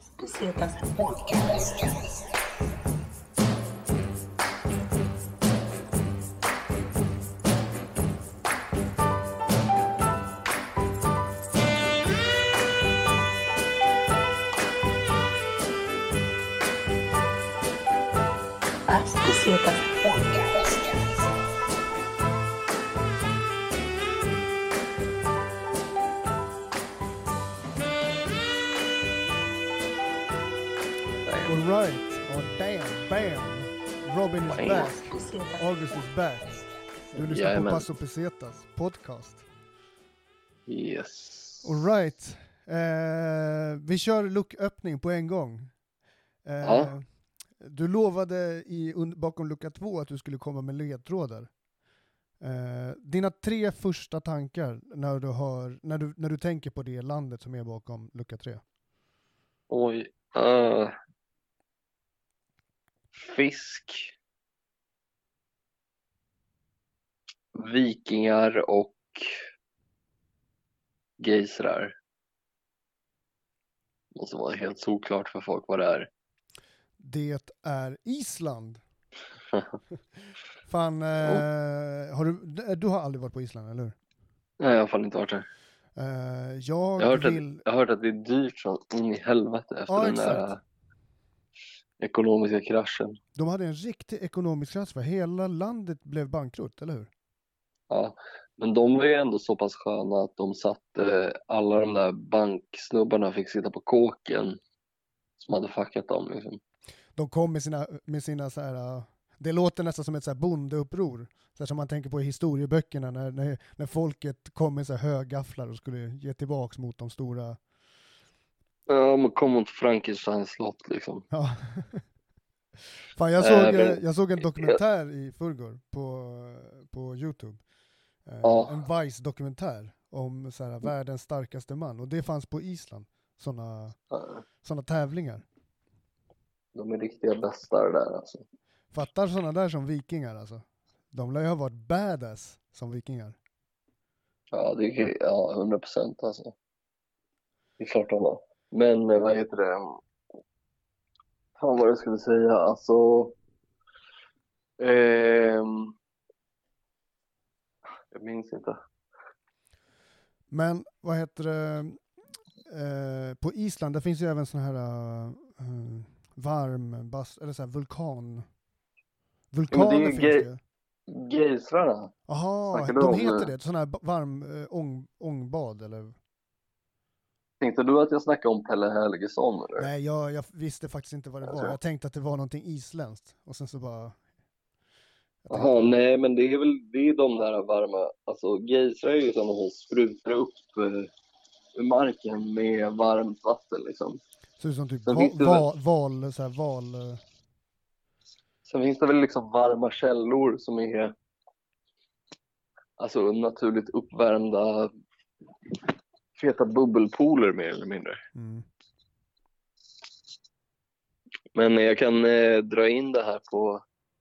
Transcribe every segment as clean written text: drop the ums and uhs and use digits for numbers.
Pesetas Podcast. Pesetas Podcast. Alright, oh damn, bam. Robin is Bam. back. August is back. Du lyssnar på Jajamän. Passo Pesetas podcast. Yes. Alright. Vi kör lucköppning på en gång. Ja. Du lovade bakom lucka 2 att du skulle komma med ledtrådar. Dina 3 första tankar när du tänker på det landet som är bakom lucka 3. Oj. Fisk. Vikingar och geisrar. Måste vara helt såklart för folk vad det är. Det är Island. Fan, du har aldrig varit på Island, eller hur? Nej, jag har fan inte varit där. Jag har hört att det är dyrt som in i helvete efter den där ekonomiska kraschen. De hade en riktig ekonomisk krasch, för hela landet blev bankrutt, eller hur? Ja, men de var ju ändå så pass sköna att de satte alla de där banksnubbarna fick sitta på kåken som hade fuckat dem liksom. De kom med sina så här, det låter nästan som ett så här bondeuppror, så här som man tänker på i historieböckerna när folket kom med så här högafflar och skulle ge tillbaks mot de stora. Ja, man kom mot Frankensteins slott liksom. Ja. Fan, jag såg en dokumentär i förrgår på YouTube. En Vice-dokumentär om så här, världens starkaste man, och det fanns på Island såna tävlingar. De är riktiga bästar där alltså. Fattar såna där som vikingar alltså. De lär ju ha varit badass som vikingar. Ja, 100% alltså. Det är klart de var. Men vad heter det? Fan vad jag skulle säga, alltså. Jag minns inte. Men vad heter det? På Island, där finns ju även sån här eller så här vulkaner finns det ju. Geisrarna. Jaha, de heter det. Sån här varm ångbad eller? Tänkte du att jag snackade om Pelle Helgesson eller? Nej, jag visste faktiskt inte vad det var. Jag tänkte att det var någonting isländskt. Och sen så bara... Jaha, nej men det är de där varma. Alltså geisrar är ju sådana som sprutar upp ur marken med varmt vatten liksom. Så det är som typ val. Sen finns det väl liksom varma källor som är alltså naturligt uppvärmda feta bubbelpooler mer eller mindre. Mm. Men jag kan dra in det här på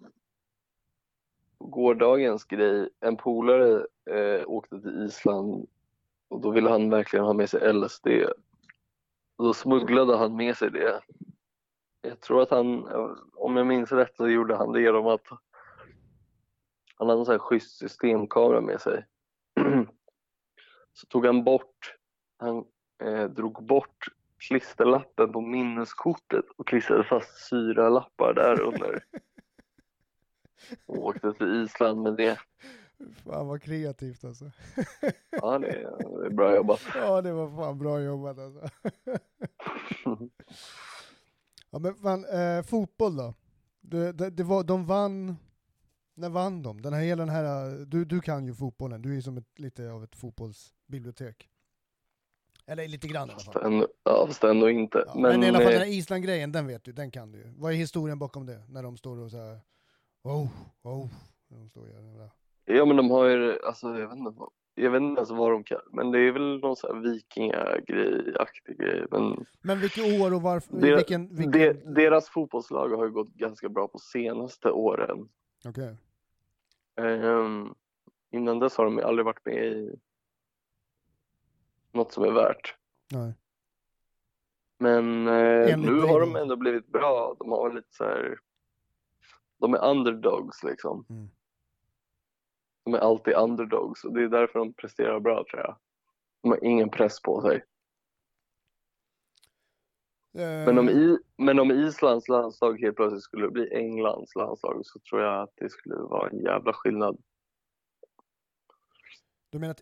gårdagens grej. En polare åkte till Island och då ville han verkligen ha med sig LSD. Och då smugglade han med sig det. Jag tror att han, om jag minns rätt, så gjorde han det genom att han hade en sån här schysst systemkamera med sig. Så tog han drog bort klisterlappen på minneskortet och klistrade fast 4 lappar där under. Och åkte till Island med det. Fan vad kreativt alltså. Ja, det är bra jobbat. Ja, det var fan bra jobbat alltså. Ja, men fan, fotboll då? De vann. När vann de? Du kan ju fotbollen. Du är ju som lite av ett fotbollsbibliotek. Eller lite grann i alla fall. Fast ändå inte. Ja, men i alla fall den här Island-grejen, den vet du, den kan du ju. Vad är historien bakom det? När de står och så här, de står där. Ja, men de har ju, alltså jag vet inte ens vad de kan. Men det är väl någon sån här vikingagrej-aktig grej. Men vilket år och varför? Deras fotbollslag har ju gått ganska bra på senaste åren. Okej. Innan dess har de aldrig varit med i något som är värt. Nej. Men Enligt nu dig har då? de ändå blivit bra. De har lite så här, de är underdogs liksom. Mm. De är alltid underdogs och det är därför de presterar bra, tror jag. De har ingen press på sig. Men om Islands landslag helt plötsligt skulle bli Englands landslag, så tror jag att det skulle vara en jävla skillnad. Du menar att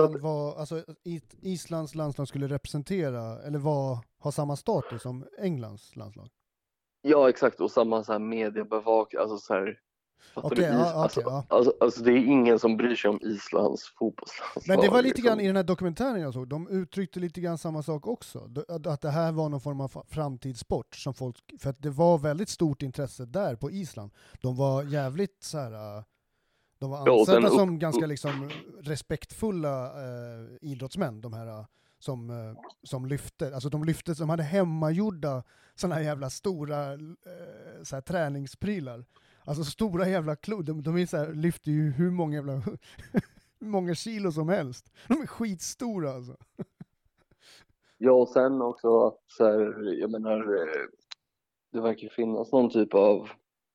Islands landslag skulle representera eller ha samma status som Englands landslag? Ja, exakt, och samma så här mediebevakning, alltså så här, fattar du? Alltså det är ingen som bryr sig om Islands fotbollslandslag. Men det var lite liksom. grann i den här dokumentären jag såg, de uttryckte lite grann samma sak också, att det här var någon form av framtidssport som folk, för att det var väldigt stort intresse där på Island. De var jävligt så här, de var ansedda som ganska liksom respektfulla idrottsmän, de här som lyfte, alltså de lyfte, som hade hemmagjorda såna här jävla stora så här träningsprylar. Alltså stora jävla de är så här, lyfter ju hur många jävla hur många kilo som helst. De är skitstora alltså. Ja, och sen också att så här, jag menar, det verkar finnas någon typ av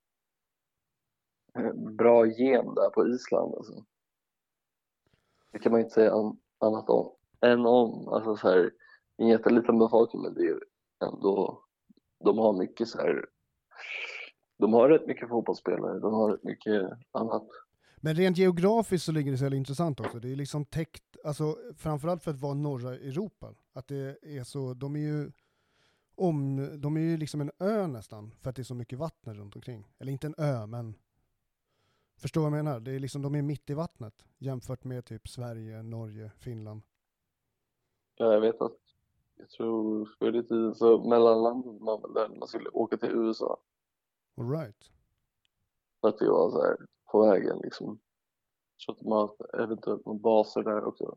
bra gen där på Island alltså. Det kan man inte säga annat om än om, alltså så här, en jätteliten befolkning, men det är ändå, de har mycket så här, de har rätt mycket fotbollsspelare, de har rätt mycket annat. Men rent geografiskt så ligger det så jävla intressant också. Det är liksom täckt, alltså framförallt för att vara norra Europa, att det är så, de är ju liksom en ö nästan, för att det är så mycket vatten runt omkring. Eller inte en ö, men förstår vad jag menar? Det är liksom, de är mitt i vattnet jämfört med typ Sverige, Norge, Finland. Ja, jag vet att, jag tror förr i tiden så mellanlandade man väl där när man skulle åka till USA. All right. För att det var så här på vägen liksom. Så att man eventuellt några baser där också.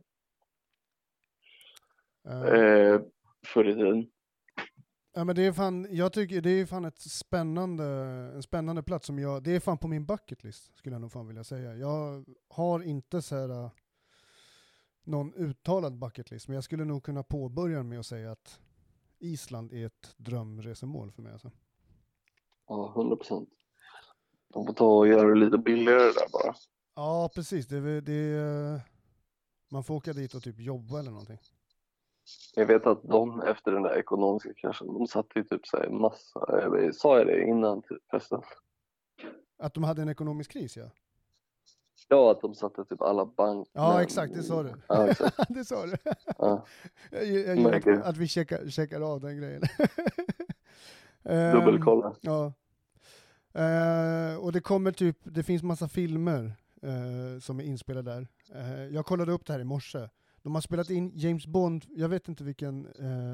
Förr i tiden. Ja, men det är fan, jag tycker det är fan en spännande plats som det är fan på min bucket list, skulle jag nog fan vilja säga. Jag har inte så här någon uttalad bucket list, men jag skulle nog kunna påbörja med att säga att Island är ett drömresemål för mig alltså. Ja, 100%. De får ta och göra det lite billigare där bara. Ja, precis. Man får åka dit och typ jobba eller någonting. Jag vet att de efter den där ekonomiska kraschen, de satte ju typ så här massa, sa jag det innan typ förresten? Att de hade en ekonomisk kris, ja. Ja, att de satte typ alla bank. Ja, exakt, det sa du. Ja, exakt. Det sa du. Ja. Jag gillar att vi checkar av den grejen. Dubbelkolla. Ja. Och det finns massa filmer som är inspelade där. Jag kollade upp det här i morse. De har spelat in James Bond, jag vet inte vilken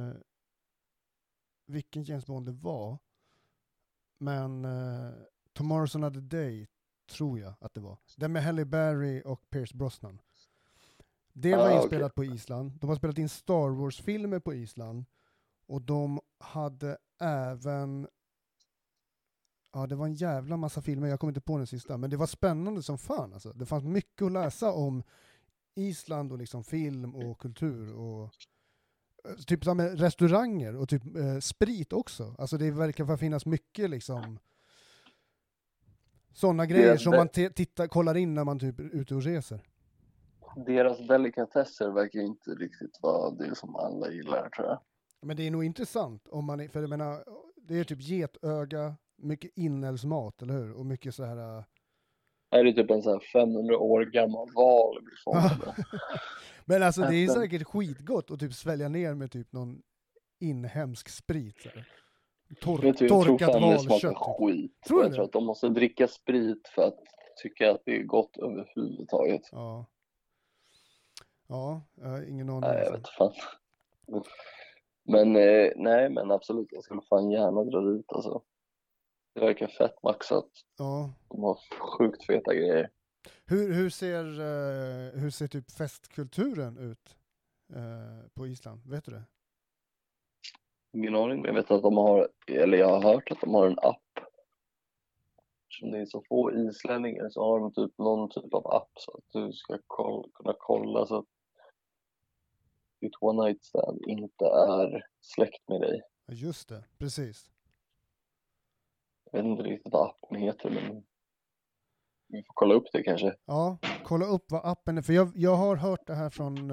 James Bond det var. Men Tomorrow's Another Day tror jag att det var. Den med Halle Berry och Pierce Brosnan. Det var inspelat på Island. De har spelat in Star Wars-filmer på Island. Och de hade även... Ja, det var en jävla massa filmer. Jag kommer inte på den sista. Men det var spännande som fan alltså. Det fanns mycket att läsa om Island och liksom film och kultur och typ som restauranger och typ sprit också. Alltså det verkar finnas mycket liksom sådana grejer som man kollar in när man typ är ute och reser. Deras delikatesser verkar inte riktigt vara det som alla gillar, tror jag. Men det är nog intressant om man, för jag menar, det är typ getöga, mycket inälvsmat, eller hur? Och mycket så här. Är det typ en sån här 500 år gammal val? Men alltså det är säkert skitgott att typ svälja ner med typ någon inhemsk sprit. Så här. Torkat valkött. Skit. Jag tror att de måste dricka sprit för att tycka att det är gott överhuvudtaget. Ja. Ja, jag har ingen aning. Nej, jag vet fan. Men nej, men absolut, jag skulle fan gärna dra dit alltså. Det verkar fett maxat. Ja. De har sjukt feta grejer. Hur ser typ festkulturen ut på Island? Vet du det? Ingen aning, men jag vet att de har, eller jag har hört att de har en app. Som det är så få islänningar så har de typ någon typ av app så att du ska kunna kolla så att ditt one night stand inte är släkt med dig. Ja, just det, precis. Jag vet inte riktigt vad appen heter, men vi får kolla upp det kanske. Ja, kolla upp vad appen är. För jag har hört det här från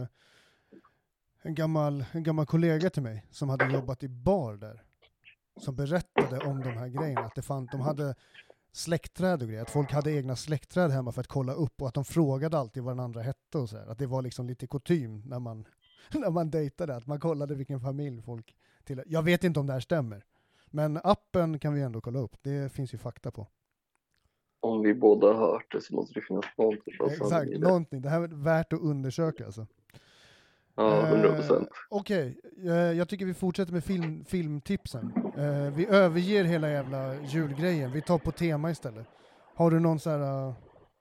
en gammal kollega till mig som hade jobbat i bar där. Som berättade om de här grejerna. Att de hade släktträd och grejer. Att folk hade egna släktträd hemma för att kolla upp. Och att de frågade alltid vad den andra hette och så där. Att det var liksom lite kutym när man dejtade. Att man kollade vilken familj folk till. Jag vet inte om det här stämmer. Men appen kan vi ändå kolla upp. Det finns ju fakta på. Om vi båda har hört det så måste det finnas någonting. Exakt, någonting. Det här är värt att undersöka alltså. Ja, 100%. Okej, jag tycker vi fortsätter med filmtipsen. Vi överger hela jävla julgrejen. Vi tar på tema istället. Har du någon så här...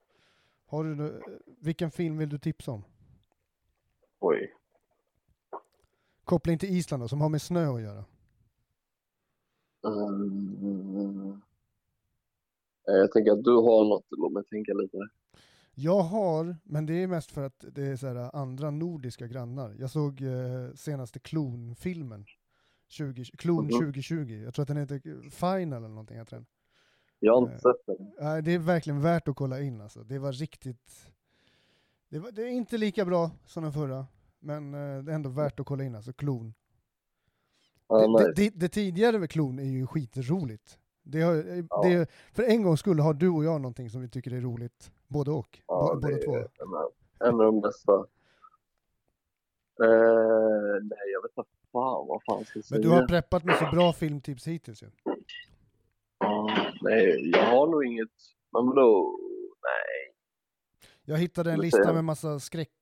vilken film vill du tipsa om? Oj. Koppling till Island då, som har med snö att göra. Jag tänker att du har något, låt mig tänka lite. Jag har, men det är mest för att det är så här andra nordiska grannar. Jag såg senaste Klon-filmen. Klon 2020. Jag tror att den heter Final eller någonting heter den. Jag har inte sett den. Det är verkligen värt att kolla in alltså. Det var riktigt... Det är inte lika bra som den förra. Men det är ändå värt att kolla in alltså. Klon. Det tidigare med Klon är ju skitroligt. För en gång skulle ha du och jag någonting som vi tycker är roligt. Både och. Ja, båda två. En av de bästa. Nej, jag vet inte vad fan ska jag säga. Men du har preppat med så bra filmtips hittills ju. Nej, jag har nog inget. Men då, nej. Jag hittade en lista med massa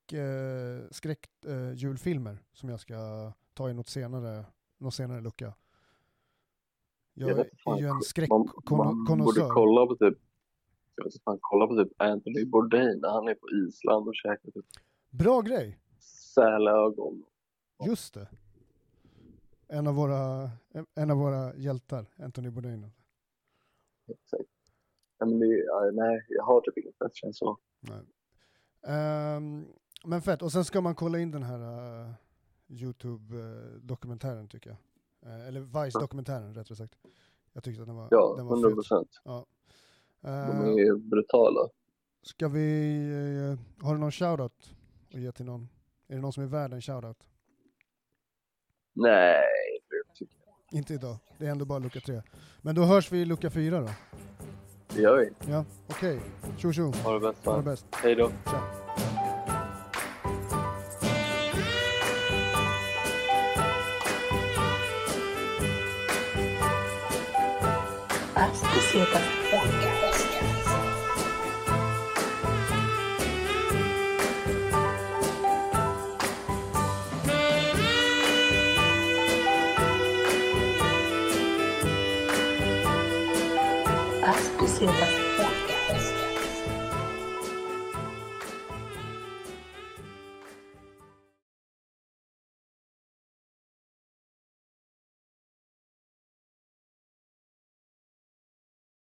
julfilmer som jag ska ta i något senare lucka. Jag är ju en skräckkonnässör. Man borde kolla på typ, kolla på typ Anthony Bourdain när han är på Island och käkar typ bra grej. Sälögon. Just det. En av våra hjältar, Anthony Bourdain. Exakt. Nej, jag har typ inget bättre än så. Nej. Men fett. Och sen ska man kolla in den här YouTube-dokumentären tycker jag. Eller Vice-dokumentären rättare sagt. Jag tyckte att den var 100%. Fet. Ja. De är brutala. Ska vi... har du någon shoutout att ge till någon? Är det någon som är värd en shoutout? Nej, det tycker jag. Inte idag. Det är ändå bara lucka 3. Men då hörs vi i lucka 4 då. Det gör vi. Ja, okej. Tjo. Ha det bäst. Ha det bäst. Hej då. Tja. Ascocietas Podcast. Ascocietas Podcast.